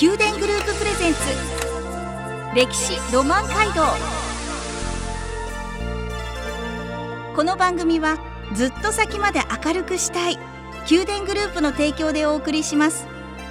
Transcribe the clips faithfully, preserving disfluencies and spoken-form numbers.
宮殿グループプレゼンツ歴史ロマン街道。この番組はずっと先まで明るくしたい宮殿グループの提供でお送りします。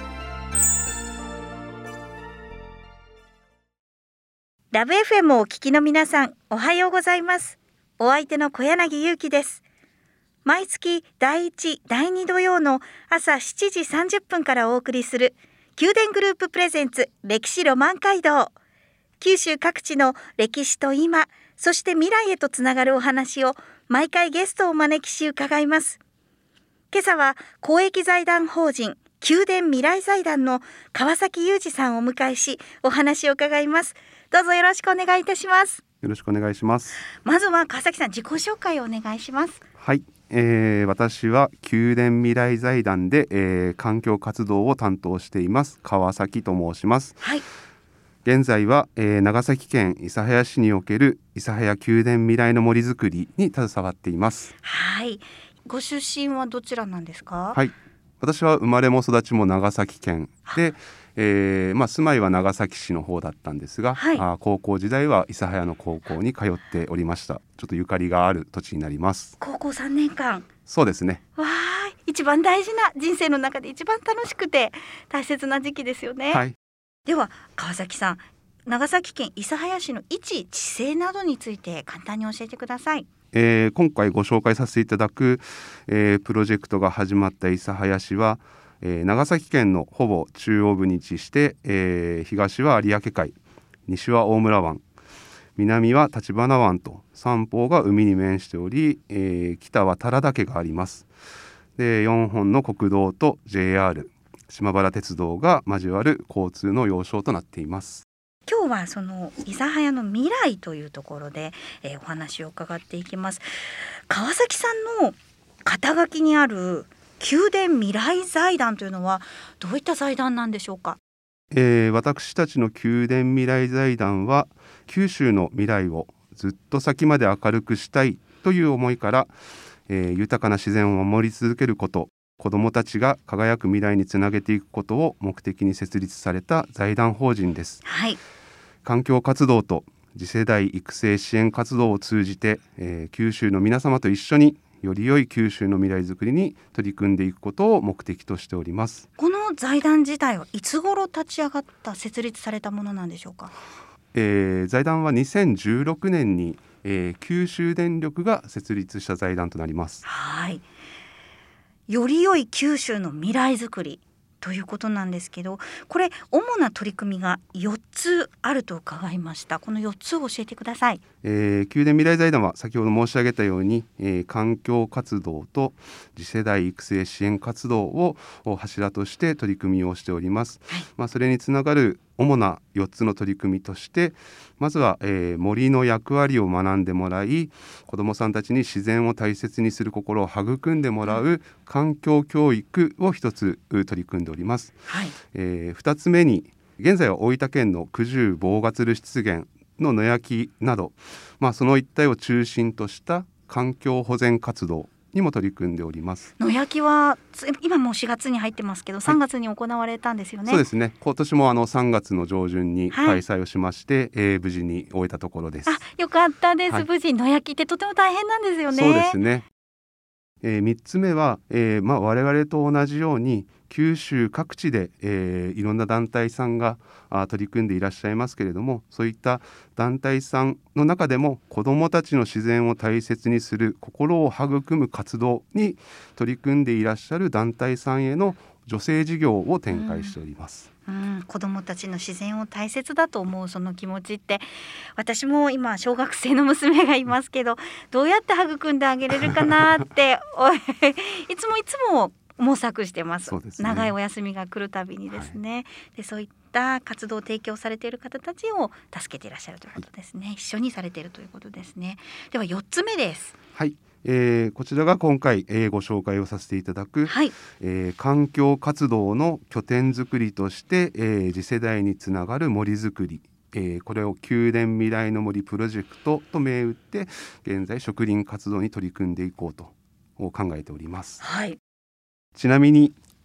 ラブ エフエム をお聞きの皆さん、おはようございます。お相手の小柳ゆうきです。毎月だいいち、だいに土曜の朝しちじさんじゅっぷんからお送りする宮殿グループプレゼンツ歴史ロマン街道。九州各地の歴史と今、そして未来へとつながるお話を毎回ゲストをお招きし伺います。今朝は公益財団法人宮殿未来財団の川崎裕二さんをお迎えし、お話を伺います。どうぞよろしくお願いいたします。 よろしくお願いします。 まずは川崎さん、自己紹介をお願いします。 はい、えー、私は宮殿未来財団で、えー、環境活動を担当しています川崎と申します。 はい、 現在は、えー、長崎県諫早市における諫早宮殿未来の森づくりに携わっています。 はい、ご出身はどちらなんですか？ はい、私は生まれも育ちも長崎県で、えーまあ、住まいは長崎市の方だったんですが、はい、あ高校時代は諫早の高校に通っておりました。ちょっとゆかりがある土地になります。 高校さんねんかん。 そうですね。 わー、一番大事な、人生の中で一番楽しくて大切な時期ですよね。 はい、 では川崎さん、長崎県諫早市の位置、地勢などについて簡単に教えてください。 えー、今回ご紹介させていただく、えー、プロジェクトが始まった諫早市は、えー、長崎県のほぼ中央部に位置して、えー、東は有明海、西は大村湾、南は橘湾と三方が海に面しており、えー、北は多良岳があります。でよんほんの国道と ジェイアール 島原鉄道が交わる交通の要衝となっています。 今日はその諫早の未来というところで、えー、お話を伺っていきます。川崎さんの肩書きにある宮殿未来財団というのはどういった財団なんでしょうか？ えー、私たちの宮殿未来財団は九州の未来をずっと先まで明るくしたいという思いから、えー、豊かな自然を守り続けること、子どもたちが輝く未来につなげていくことを目的に設立された財団法人です。 はい、 環境活動と次世代育成支援活動を通じて、えー、九州の皆様と一緒により良い九州の未来づくりに取り組んでいくことを目的としております。 この財団自体はいつ頃立ち上がった設立されたものなんでしょうか？ えー、財団はにせんじゅうろくねんに、えー、九州電力が設立した財団となります。 はい、より良い九州の未来づくりということなんですけど、これ主な取り組みがよっつあると伺いました。このよっつを教えてください。 えー、宮殿未来財団は先ほど申し上げたように、えー、環境活動と次世代育成支援活動を柱として取り組みをしております。はい、まあ、それにつながる主なよっつの取り組みとして、まずは、えー、森の役割を学んでもらい、子どもさんたちに自然を大切にする心を育んでもらう環境教育を一つ取り組んでおります。はい、えー、ふたつめに、現在は大分県の九十坊ヶ鶴湿原の野焼きなど、まあ、その一帯を中心とした環境保全活動にも取り組んでおります。 野焼きは今もうしがつに入ってますけど、さんがつに行われたんですよね。 はい、そうですね。今年もあのさんがつの上旬に開催をしまして、はい、えー、無事に終えたところです。 あ、よかったです。はい、無事。野焼きってとても大変なんですよね。 そうですね。えー、みっつめは、えーまあ、我々と同じように九州各地で、えー、いろんな団体さんがあ取り組んでいらっしゃいますけれども、そういった団体さんの中でも子どもたちの自然を大切にする心を育む活動に取り組んでいらっしゃる団体さんへの助成事業を展開しております。 うんうん、子どもたちの自然を大切だと思うその気持ちって、私も今小学生の娘がいますけど、どうやって育んであげれるかなっていつもいつも模索してます。そうですね、長いお休みが来るたびにですね。はい、でそういった活動を提供されている方たちを助けていらっしゃるということですね。はい、一緒にされているということですね。ではよっつめです。 はい、えー、こちらが今回、えー、ご紹介をさせていただく、はい、えー、環境活動の拠点づくりとして、えー、次世代につながる森づくり、えー、これを宮殿未来の森プロジェクトと銘打って現在植林活動に取り組んでいこうと考えております。 はい、 ちなみに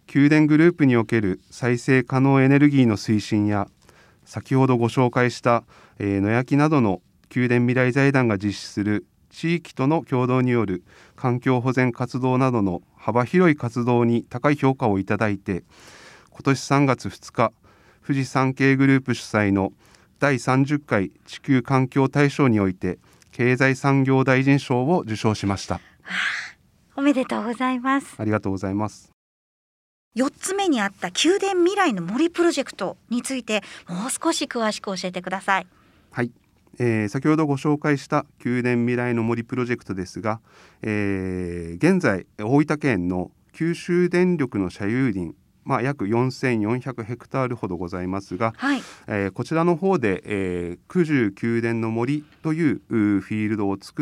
宮殿グループにおける再生可能エネルギーの推進や、先ほどご紹介した、えー、野焼きなどの宮殿未来財団が実施する地域との共同による環境保全活動などの幅広い活動に高い評価をいただいて、今年さんがつふつか、富士山系グループ主催のだいさんじゅっかい地球環境大賞において経済産業大臣賞を受賞しました。はあ、おめでとうございます。 ありがとうございます。 よっつめにあった宮殿未来の森プロジェクトについてもう少し詳しく教えてください。 はい、えー、先ほどご紹介した宮殿未来の森プロジェクトですが、えー、現在大分県の九州電力の社有林、まあ、約よんせんよんひゃくヘクタールほどございますが、 はい、 えー、こちらの方で、えー、九十宮殿の森というフィールドを作って、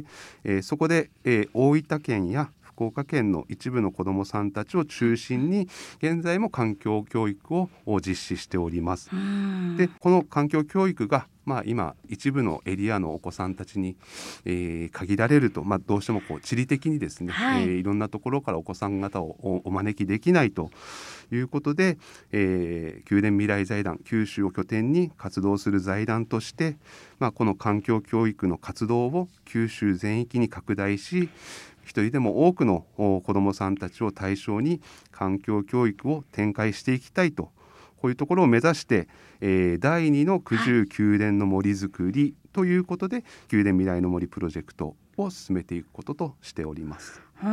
えー、そこで、えー、大分県や福岡県の一部の子どもさんたちを中心に現在も環境教育を実施しております。で、この環境教育が、まあ、今一部のエリアのお子さんたちに、えー、限られると、まあ、どうしてもこう地理的にですね、はいえー、いろんなところからお子さん方を お, お招きできないということで、えー、宮殿未来財団九州を拠点に活動する財団として、まあ、この環境教育の活動を九州全域に拡大し、一人でも多くの子どもさんたちを対象に環境教育を展開していきたいと、こういうところを目指して、えー、だいにの九十宮殿の森づくりということで、はい、宮殿未来の森プロジェクトを進めていくこととしております。 うん、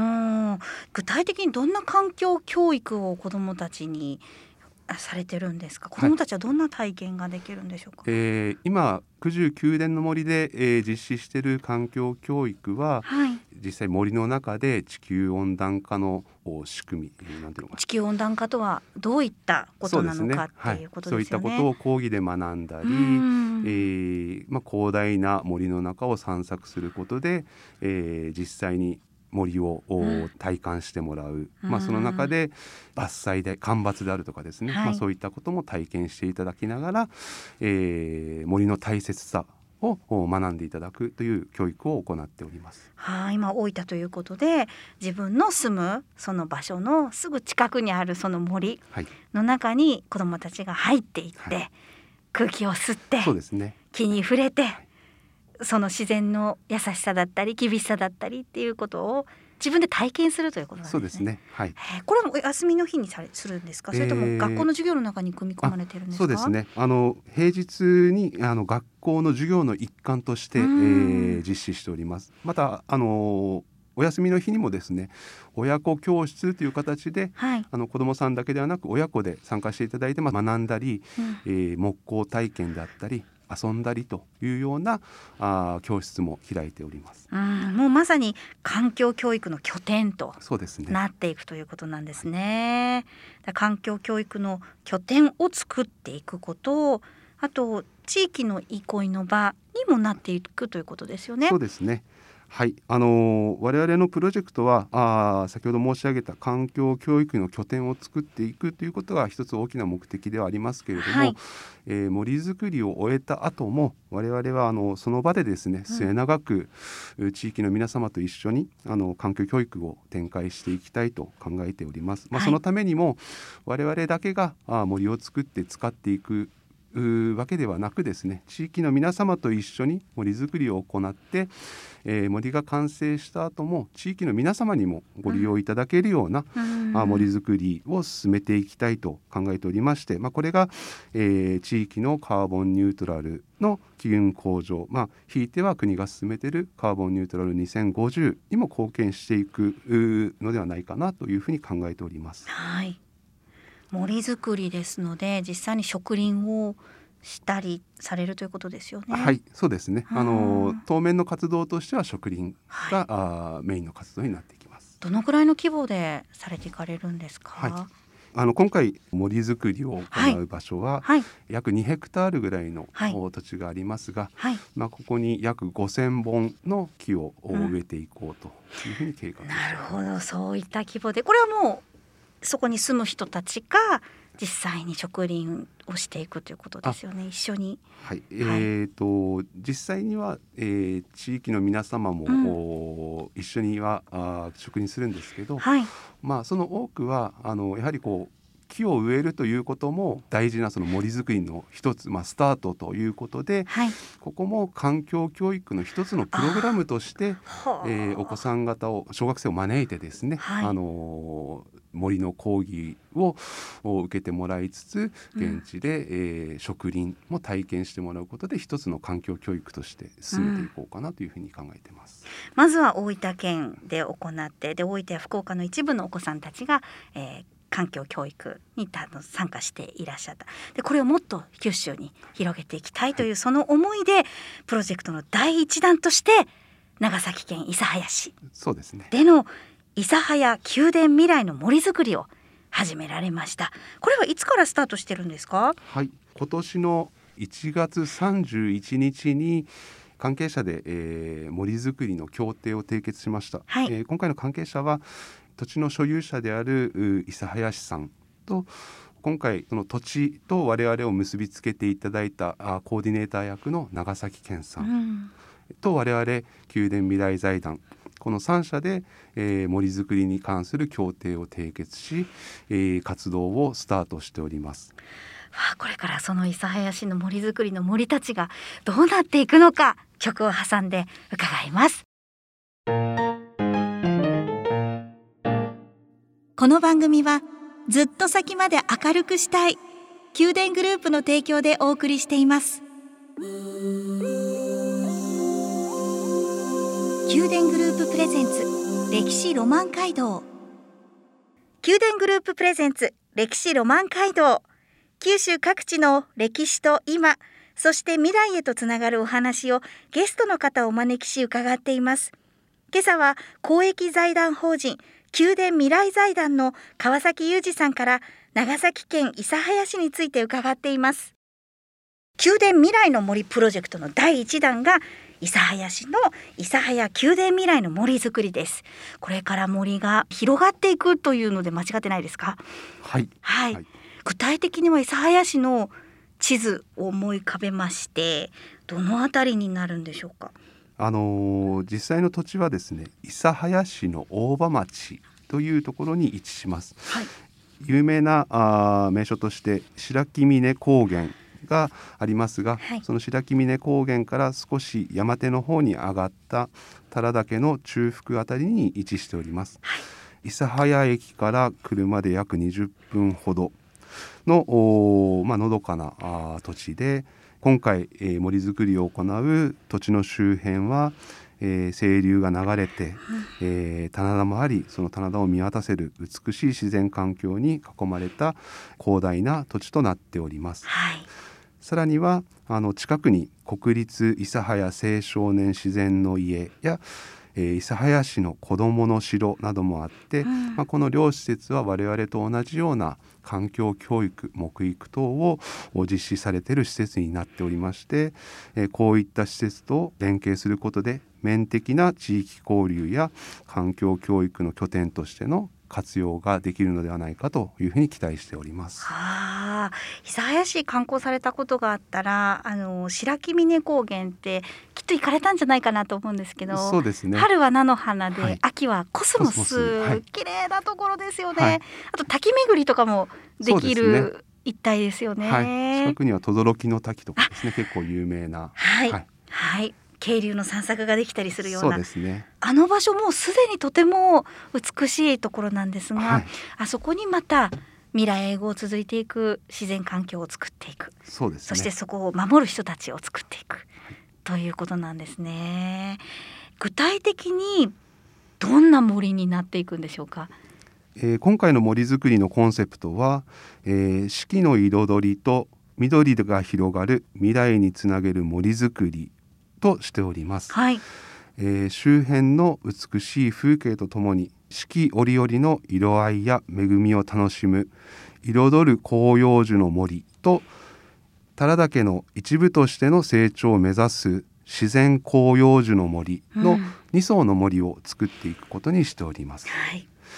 具体的にどんな環境教育を子どもたちにされてるんですか。子どもたちはどんな体験ができるんでしょうか。 はいえー、今九十宮殿の森で、えー、実施している環境教育は、はい、実際森の中で地球温暖化の仕組み、なんていうのかな、 地球温暖化とはどういったことなのかっていうことですよね。 そういったことを講義で学んだり、えーまあ、広大な森の中を散策することで、えー、実際に森を体感してもらう、うんまあ、その中で伐採で間伐であるとかですね、はいまあ、そういったことも体験していただきながら、えー、森の大切さを学んでいただくという教育を行っております。 はあ、今大分ということで、自分の住むその場所のすぐ近くにあるその森の中に子どもたちが入っていって、はい、空気を吸って、そうですね、木に触れて、はいその自然の優しさだったり厳しさだったりっていうことを自分で体験するということなんですね。 そうですね、はい、 えー、これも休みの日にされするんですか、それとも学校の授業の中に組み込まれてるんですか。 そうですね、あの平日にあの学校の授業の一環として、えー、実施しております。またあのお休みの日にもですね、親子教室という形で、はい、あの子どもさんだけではなく親子で参加していただいて、まあ、学んだり、うんえー、木工体験であったり遊んだりというようなあ教室も開いております。 うん、もうまさに環境教育の拠点とそうですね、 なっていくということなんですね。だ環境教育の拠点を作っていくこと、あと地域の憩いの場にもなっていくということですよね。 そうですね、はい、あのー、我々のプロジェクトはあ先ほど申し上げた環境教育の拠点を作っていくということが一つ大きな目的ではありますけれども、はいえー、森づくりを終えた後も我々はあのその場でですね、末永く地域の皆様と一緒にあの環境教育を展開していきたいと考えております。まあ、そのためにも我々だけがあ森を作って使っていくわけではなくですね、地域の皆様と一緒に森づくりを行って、えー、森が完成した後も地域の皆様にもご利用いただけるような、うん、あ森づくりを進めていきたいと考えておりまして、まあ、これが、えー、地域のカーボンニュートラルの機運向上、まあ、ひいては国が進めているカーボンニュートラルにせんごじゅうにも貢献していくのではないかなというふうに考えております。 はい、森づくりですので実際に植林をしたりされるということですよね。 はい、そうですね。あの当面の活動としては植林が、はい、あメインの活動になっていきます。 どのくらいの規模でされていかれるんですか。 はい、あの今回森づくりを行う場所は、はい、約にヘクタールぐらいの、はい、土地がありますが、はいまあ、ここに約ごせんぼんの木を植えていこうというふうに計画しています。 なるほど、そういった規模で、これはもうそこに住む人たちが実際に植林をしていくということですよね。一緒に、 はい、えーと、実際には、えー、地域の皆様も、うん、一緒にはあ植林するんですけど、はい、まあ、その多くはあのやはりこう木を植えるということも大事なその森づくりの一つ、まあ、スタートということで、はい、ここも環境教育の一つのプログラムとして、えー、お子さん方を小学生を招いてですね、はい、あの森の講義を受けてもらいつつ現地で、うんえー、植林も体験してもらうことで一つの環境教育として進めていこうかなというふうに考えています、 うん、まずは大分県で行ってで大分や福岡の一部のお子さんたちが、えー環境教育に参加していらっしゃった。でこれをもっと九州に広げていきたいという、はい、その思いでプロジェクトの第一弾として長崎県諫早市での諫早宮殿未来の森づくりを始められました。これはいつからスタートしてるんですか？ はい、今年のいちがつさんじゅういちにちに関係者で、えー、森づくりの協定を締結しました、はいえー、今回の関係者は土地の所有者である諫早市さんと今回その土地と我々を結びつけていただいたあコーディネーター役の長崎県さん、うん、と我々宮殿未来財団このさん社で、えー、森づくりに関する協定を締結し、えー、活動をスタートしております。 はあ、これからその諫早市の森づくりの森たちがどうなっていくのか曲を挟んで伺います。この番組はずっと先まで明るくしたい宮殿グループの提供でお送りしています。宮殿グループプレゼンツ歴史ロマン街道。宮殿グループプレゼンツ歴史ロマン街道。九州各地の歴史と今そして未来へとつながるお話をゲストの方をお招きし伺っています。今朝は公益財団法人宮殿未来財団の川崎裕二さんから長崎県諫早市について伺っています。宮殿未来の森プロジェクトのだいいちだんが諫早市の諫早宮殿未来の森づくりです。これから森が広がっていくというので間違ってないですか？ はい、 はいはい、具体的には諫早市の地図を思い浮かべましてどのあたりになるんでしょうか？ あのー、実際の土地はですね諫早市の大場町というところに位置します、はい、有名なあ名所として白木峰高原がありますが、はい、その白木峰高原から少し山手の方に上がった多良岳の中腹あたりに位置しております、はい、諫早駅から車で約にじゅっぷんほどの、まあのどかなあ土地で今回、えー、森づくりを行う土地の周辺は、えー、清流が流れて、えー、棚田もありその棚田を見渡せる美しい自然環境に囲まれた広大な土地となっております、はい、さらにはあの近くに国立諫早青少年自然の家やえー、諫早市の子どもの城などもあって、うんまあ、この両施設は我々と同じような環境教育木育等を実施されている施設になっておりまして、えー、こういった施設と連携することで面的な地域交流や環境教育の拠点としての活用ができるのではないかというふうに期待しております。 はあ、諫早市観光されたことがあったらあの白木峰高原ってきっと行かれたんじゃないかなと思うんですけど、 そうですね、 春は菜の花で、はい、秋はコスモス、 コスモスはい、 綺麗なところですよね、はい、あと滝巡りとかもできる一帯ですよね、 はい、近くには轟の滝とかですね結構有名なはい、はいはい渓流の散策ができたりするようなそうですね、 あの場所もすでにとても美しいところなんですが、はい、あそこにまた未来永劫続いていく自然環境を作っていく、 そうですね、 そしてそこを守る人たちを作っていく、はい、ということなんですね。具体的にどんな森になっていくんでしょうか？ えー、今回の森づくりのコンセプトは、えー、四季の彩りと緑が広がる未来につなげる森づくりとしております、はいえー、周辺の美しい風景とともに四季折々の色合いや恵みを楽しむ彩る広葉樹の森と多良岳の一部としての成長を目指す自然広葉樹の森のに層の森を作っていくことにしております、うんはい、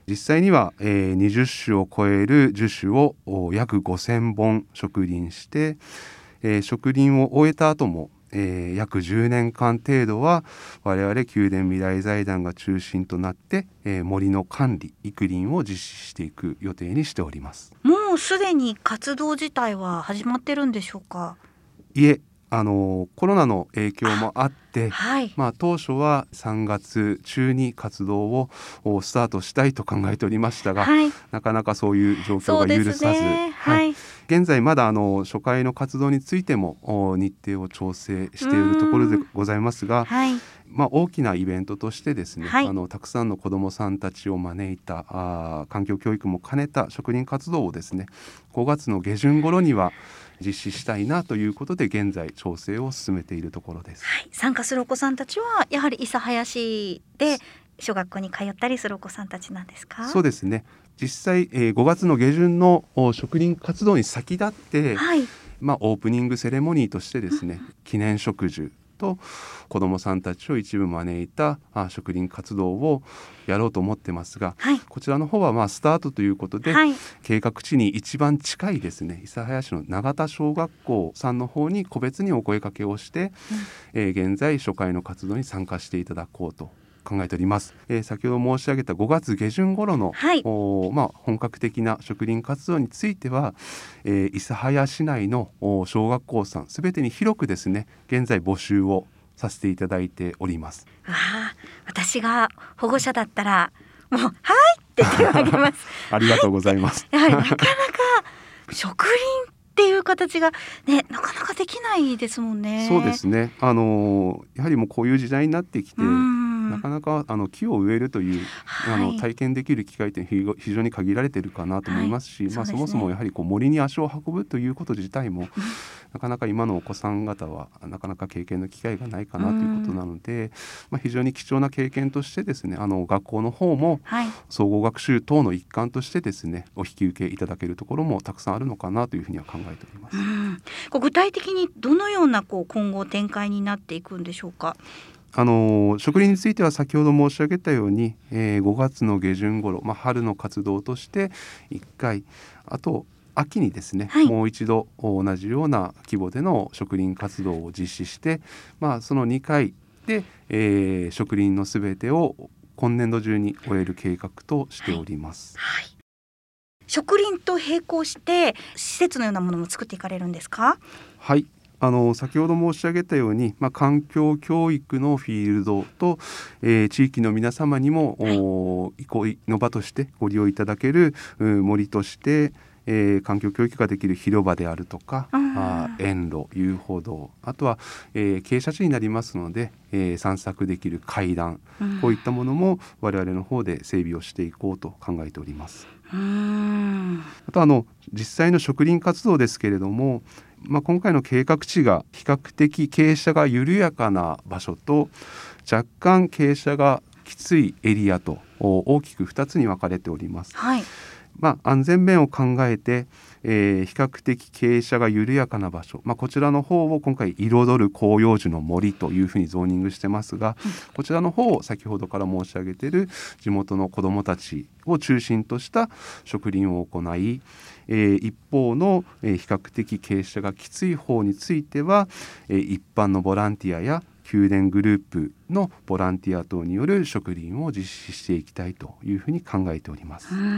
実際には、えー、にじゅっしゅを超える樹種を約ごせんぼん植林して、えー、植林を終えた後も、えー、約じゅうねんかん程度は我々宮殿未来財団が中心となって、えー、森の管理育林を実施していく予定にしております。 もうすでに活動自体は始まってるんでしょうか？ いえ、あのコロナの影響もあって、 はい、 まあ、当初はさんがつ中に活動をスタートしたいと考えておりましたが、 はい、 なかなかそういう状況が許さず、 ね、はい、 現在まだあの初回の活動についても日程を調整しているところでございますが、 はい、 まあ、大きなイベントとしてですね、 はい、 あのたくさんの子どもさんたちを招いたあ環境教育も兼ねた植林活動をですね、ごがつの下旬頃には実施したいなということで現在調整を進めているところです。 はい、参加するお子さんたちはやはり諫早市で小学校に通ったりするお子さんたちなんですか？ そうですね、実際、えー、ごがつの下旬の植林活動に先立って、 はい、 まあ、オープニングセレモニーとしてですね、うん、記念植樹と子どもさんたちを一部招いた植林活動をやろうと思ってますが、はい、こちらの方はまあスタートということで、はい、計画地に一番近いですね諫早市の永田小学校さんの方に個別にお声掛けをして、うん、えー、現在初回の活動に参加していただこうと考えております。えー、先ほど申し上げたごがつ下旬頃の、はい、おまあ、本格的な植林活動については、えー、諫早市内の小学校さんすべてに広くですね現在募集をさせていただいております。 わあ、私が保護者だったらもうはいって手を挙げますありがとうございます。 やはりなかなか植林っていう形がねなかなかできないですもんね。 そうですね、あのー、やはりもうこういう時代になってきてなかなかあの木を植えるという、はい、あの体験できる機会って非常に限られているかなと思いますし、はい、まあ、そもそもやはりこう森に足を運ぶということ自体もなかなか今のお子さん方はなかなか経験の機会がないかなということなので、まあ、非常に貴重な経験としてですね、あの学校の方も総合学習等の一環としてですねお引き受けいただけるところもたくさんあるのかなというふうには考えております。 うん、こう具体的にどのようなこう今後展開になっていくんでしょうか？ あの植林については先ほど申し上げたように、えー、ごがつの下旬頃、まあ、春の活動としていっかい、あと秋にですね、はい、もう一度同じような規模での植林活動を実施して、まあ、そのにかいで、えー、植林のすべてを今年度中に終える計画としております。 はいはい、植林と並行して施設のようなものも作っていかれるんですか？ はい、あの先ほど申し上げたように、まあ、環境教育のフィールドと、えー、地域の皆様にも、はい、憩いの場としてご利用いただける森として、えー、環境教育ができる広場であるとか、あ園路、遊歩道、あとは、えー、傾斜地になりますので、えー、散策できる階段、うん、こういったものも我々の方で整備をしていこうと考えております。 うーん、 あとあの実際の植林活動ですけれども、まあ、今回の計画地が比較的傾斜が緩やかな場所と若干傾斜がきついエリアと大きくふたつに分かれております。 はい、 まあ、安全面を考えて、えー、比較的傾斜が緩やかな場所、まあ、こちらの方を今回彩る広葉樹の森というふうにゾーニングしてますが、うん、こちらの方を先ほどから申し上げている地元の子どもたちを中心とした植林を行い、えー、一方の、えー、比較的傾斜がきつい方については、えー、一般のボランティアや宮殿グループのボランティア等による植林を実施していきたいというふうに考えております。はい、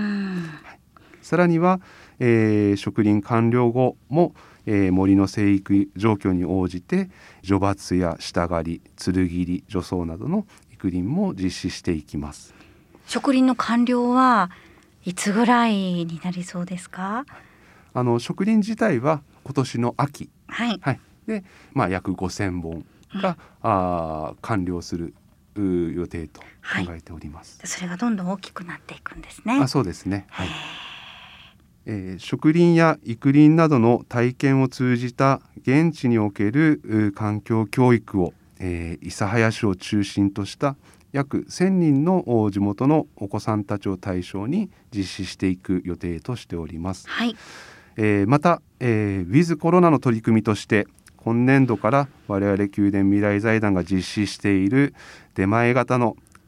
さらには、えー、植林完了後も、えー、森の生育状況に応じて除伐や下刈り、つる切り、除草などの育林も実施していきます。 植林の完了はいつぐらいになりそうですか？ あの植林自体は今年の秋、 はいはい、で、まあ、約ごせんぼんが、うん、あ完了する予定と考えております。 はい、それがどんどん大きくなっていくんですね。 あ、そうですね。はい、えー、植林や育林などの体験を通じた現地における環境教育を、えー、諫早市を中心とした約せんにんの地元のお子さんたちを対象に実施していく予定としております。 はい、 えー、また、えー、ウィズコロナの取り組みとして今年度から我々宮殿未来財団が実施している出前型の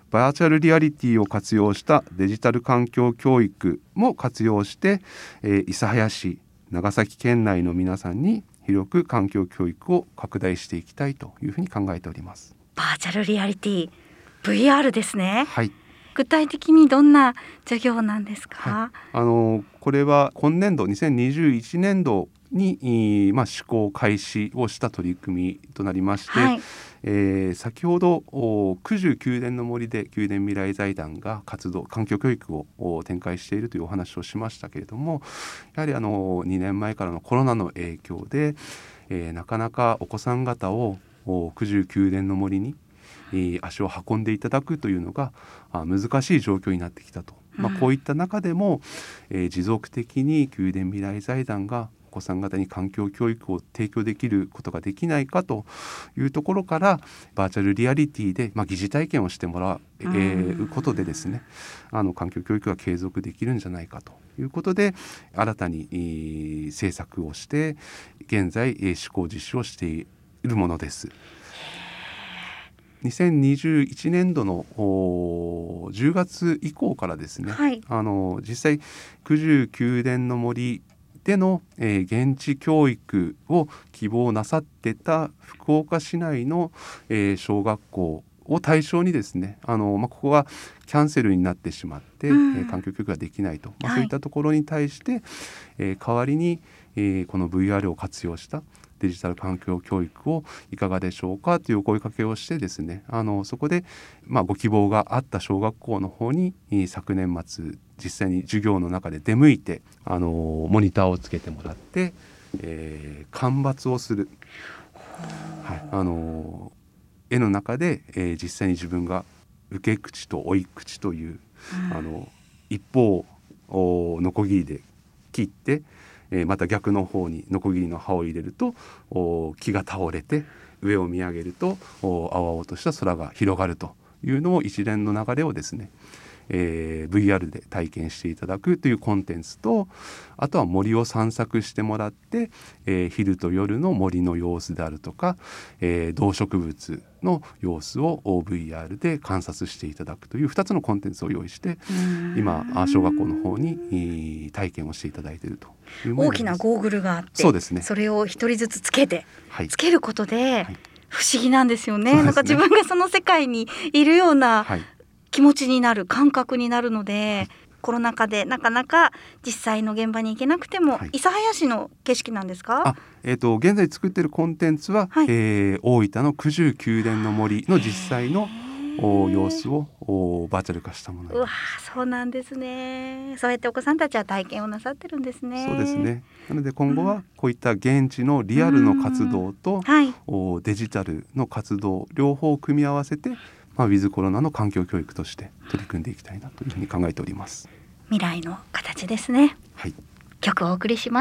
バーチャルリアリティを活用したデジタル環境教育も活用して、えー、諫早市、長崎県内の皆さんに広く環境教育を拡大していきたいというふうに考えております。 バーチャルリアリティ ブイアール ですね。 はい、 具体的にどんな授業なんですか？ はい、あのこれは今年度にせんにじゅういちねんどに、まあ、施行開始をした取り組みとなりまして、はい、えー、先ほど九十宮殿の森で宮殿未来財団が活動環境教育を展開しているというお話をしましたけれども、やはりあのにねんまえからのコロナの影響で、えー、なかなかお子さん方を九十宮殿の森に足を運んでいただくというのが難しい状況になってきたと、まあ、こういった中でも、えー、持続的に宮殿未来財団がお子さん方に環境教育を提供できることができないかというところから、バーチャルリアリティで、まあ、疑似体験をしてもらう、えー、ことでですね、あの環境教育が継続できるんじゃないかということで、新たに、えー、制作をして現在、えー、試行実施をしているものです。にせんにじゅういちねんどのじゅうがつ以降からですね、はい、あの実際九十宮殿の森での、えー、現地教育を希望なさってた福岡市内の、えー、小学校を対象にですね、あの、まあ、ここがキャンセルになってしまって、うん、えー、環境教育ができないと、まあ、そういったところに対して、はい、えー、代わりに、えー、この ブイアール を活用したデジタル環境教育をいかがでしょうかというお声かけをしてですね、あのそこで、まあ、ご希望があった小学校の方に昨年末実際に授業の中で出向いて、あのモニターをつけてもらって、えー、間伐をする、はい、あの絵の中で、えー、実際に自分が受け口と追い口という、うん、あの一方ノコギリで切ってえー、また逆の方にノコギリの刃を入れると木が倒れて、上を見上げると青々とした空が広がるというのを一連の流れをですね、えー、ブイアール で体験していただくというコンテンツと、あとは森を散策してもらって、えー、昼と夜の森の様子であるとか、えー、動植物の様子を ブイアール で観察していただくというふたつのコンテンツを用意して、今小学校の方に体験をしていただいているというものです。 大きなゴーグルがあって、 そうですね、 それを一人ずつつけて、はい、つけることで、はい、不思議なんですよ ね, ですね。なんか自分がその世界にいるような気持ちになる、感覚になるので、はい、コロナ禍でなかなか実際の現場に行けなくても、はい、諫早市の景色なんですか？ あ、えーと、現在作っているコンテンツは、はい、えー、大分の九十宮殿の森の実際の様子をバーチャル化したものです。 うわ、そうなんですね。そうやってお子さんたちは体験をなさってるんですね。 そうですね。なので今後はこういった現地のリアルの活動と、はい、デジタルの活動両方を組み合わせて、まあ、ウィズコロナの環境教育として取り組んでいきたいなというふうに考えております。 未来の形ですね。 はい、 曲をお送りします。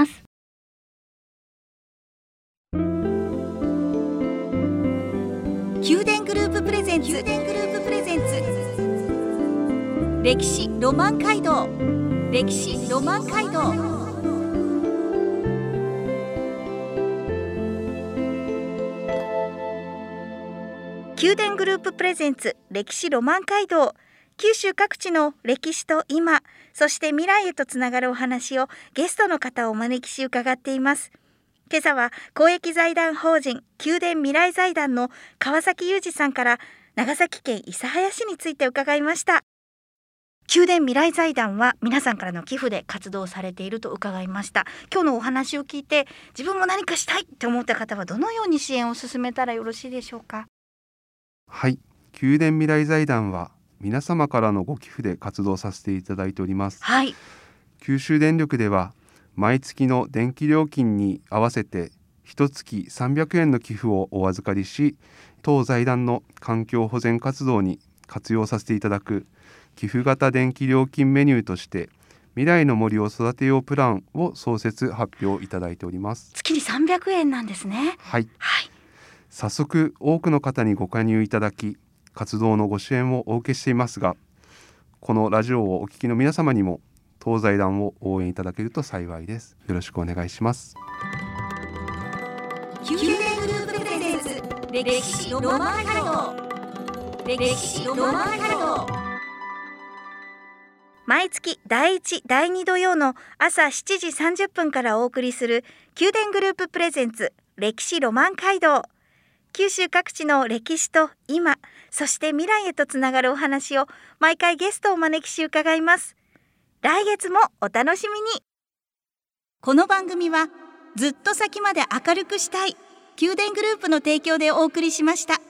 宮殿グループプレゼンツ、宮殿グループプレゼンツ、歴史ロマン街道、歴史ロマン街道。宮殿グループプレゼンツ、歴史ロマン街道。九州各地の歴史と今、そして未来へとつながるお話をゲストの方をお招きし伺っています。今朝は公益財団法人宮殿未来財団の川崎裕二さんから長崎県諫早市について伺いました。宮殿未来財団は皆さんからの寄付で活動されていると伺いました。今日のお話を聞いて自分も何かしたいと思った方はどのように支援を進めたらよろしいでしょうか？ はい、宮殿未来財団は皆様からのご寄付で活動させていただいております。 はい、 九州電力では毎月の電気料金に合わせていちがつさんびゃくえんの寄付をお預かりし、当財団の環境保全活動に活用させていただく寄付型電気料金メニューとして未来の森を育てようプランを創設発表いただいております。 月にさんびゃくえんなんですね。 はい、 はい、 早速多くの方にご加入いただき活動のご支援をお受けしていますが、このラジオをお聞きの皆様にも当財団を応援いただけると幸いです。よろしくお願いします。 宮殿グループプレゼンツ、歴史ロマン街道。 歴史ロマン街道。毎月だいいち、だいに土曜の朝しちじさんじゅっぷんからお送りする宮殿グループプレゼンツ歴史ロマン街道。九州各地の歴史と今、そして未来へとつながるお話を毎回ゲストをお招きし伺います。来月もお楽しみに。この番組はずっと先まで明るくしたい宮殿グループの提供でお送りしました。